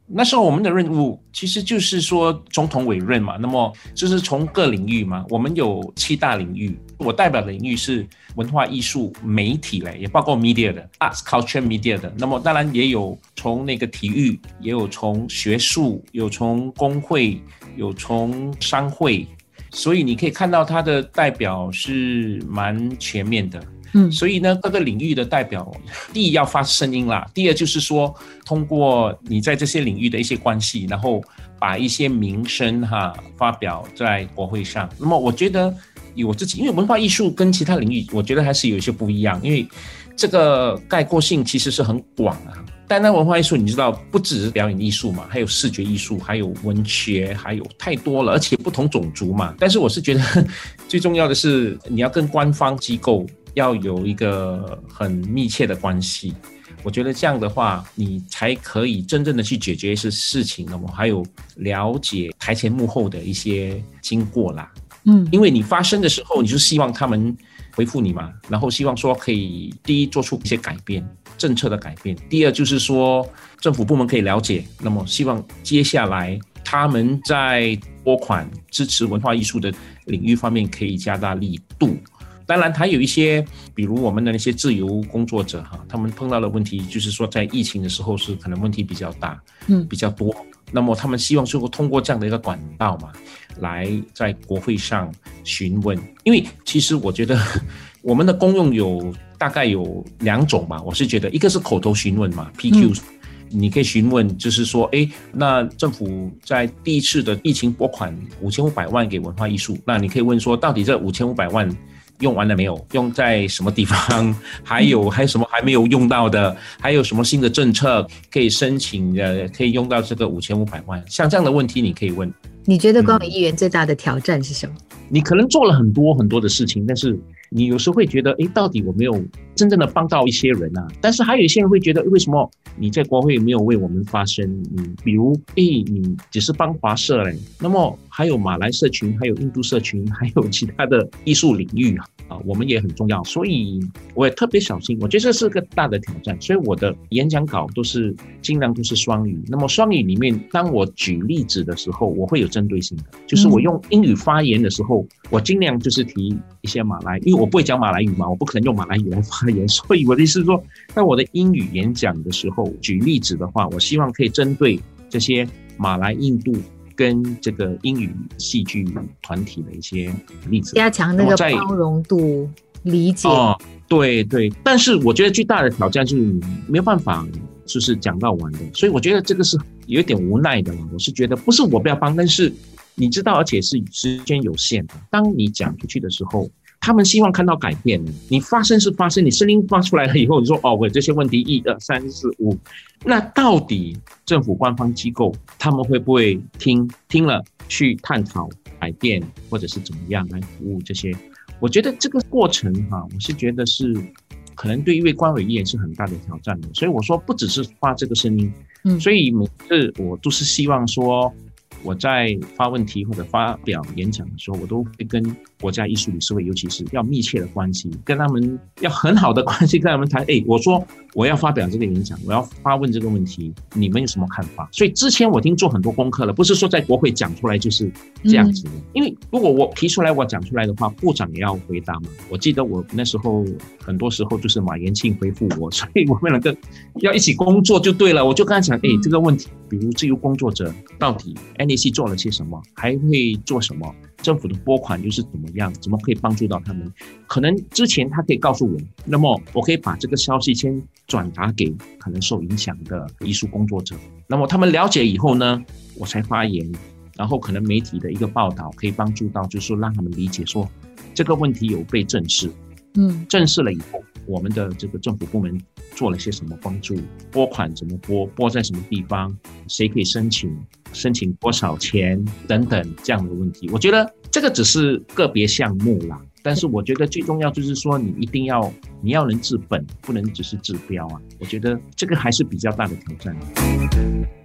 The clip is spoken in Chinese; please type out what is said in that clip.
那时候我们的任务其实就是说总统委任嘛，那么就是从各领域嘛，我们有7大领域，我代表的领域是文化艺术媒体类，也包括 media 的 arts culture media 的，那么当然也有从那个体育，也有从学术，有从工会，有从商会，所以你可以看到它的代表是蛮全面的。所以呢，各个领域的代表，第一要发声音啦，第二就是说，通过你在这些领域的一些关系，然后把一些名声发表在国会上。那么我觉得以我自己，因为文化艺术跟其他领域，我觉得还是有一些不一样，因为这个概括性其实是很广啊。单单文化艺术，你知道，不只是表演艺术嘛，还有视觉艺术，还有文学，还有太多了，而且不同种族嘛。但是我是觉得最重要的是，你要跟官方机构要有一个很密切的关系，我觉得这样的话，你才可以真正的去解决一些事情，那么还有了解台前幕后的一些经过啦。因为你发生的时候，你就希望他们回复你嘛，然后希望说可以第一做出一些改变，政策的改变；第二就是说政府部门可以了解，那么希望接下来他们在拨款支持文化艺术的领域方面可以加大力度。当然还有一些比如我们的那些自由工作者他们碰到的问题就是说在疫情的时候是可能问题比较大，比较多，那么他们希望说通过这样的一个管道嘛，来在国会上询问。因为其实我觉得我们的功用大概有2种吧，我是觉得一个是口头询问嘛 PQ，你可以询问，就是说，那政府在第一次的疫情拨款5500万给文化艺术，那你可以问说，到底这5500万用完了没有？用在什么地方？还有什么还没有用到的？还有什么新的政策可以申请的？可以用到这个5500万？像这样的问题你可以问。 你觉得关委议员最大的挑战是什么？ 你可能做了很多很多的事情，但是你有时候会觉得，到底我没有真正的帮到一些人啊？但是还有一些人会觉得，为什么你在国会没有为我们发声？比如，你只是帮华社嘞，那么还有马来社群，还有印度社群，还有其他的艺术领域我们也很重要，所以我也特别小心。我觉得这是个大的挑战，所以我的演讲稿尽量都是双语。那么双语里面，当我举例子的时候，我会有针对性的，就是我用英语发言的时候，我尽量就是提一些马来，因为我不会讲马来语嘛，我不可能用马来语来发言，所以我的意思是说，在我的英语演讲的时候举例子的话，我希望可以针对这些马来、印度跟这个英语戏剧团体的一些例子， 加强那个包容度、理解。 对对，但是我觉得最大的挑战就是你没有办法就是讲到完的，所以我觉得这个是有点无奈的。我是觉得不是我不要帮，但是你知道，而且是时间有限的。当你讲出去的时候，他们希望看到改变。你发声是发声，你声音发出来了以后，你说我这些问题1、2、3、4、5，那到底政府官方机构他们会不会听了去探讨改变，或者是怎么样来服务这些？我觉得这个过程我是觉得是可能对一位官委议员是很大的挑战的。所以我说不只是发这个声音，所以每次我都是希望说，我在发问题或者发表演讲的时候，我都会跟国家艺术理事会，尤其是要密切的关系，跟他们要很好的关系，跟他们谈。我说我要发表这个演讲，我要发问这个问题，你们有什么看法？所以之前我已经做很多功课了，不是说在国会讲出来就是这样子的。因为如果我提出来，我讲出来的话，部长也要回答嘛。我记得我那时候很多时候就是马延庆回复我，所以我们两个要一起工作就对了。我就跟他讲，这个问题，比如自由工作者到底 NEC 做了些什么，还会做什么？政府的拨款又是怎么样？怎么可以帮助到他们？可能之前他可以告诉我，那么我可以把这个消息先转达给可能受影响的艺术工作者，那么他们了解以后呢，我才发言，然后可能媒体的一个报道可以帮助到，就是说让他们理解说这个问题有被正视，正视了以后，我们的这个政府部门做了些什么帮助，拨款怎么拨在什么地方，谁可以申请多少钱等等这样的问题。我觉得这个只是个别项目啦，但是我觉得最重要就是说你要能治本，不能只是治标啊。我觉得这个还是比较大的挑战。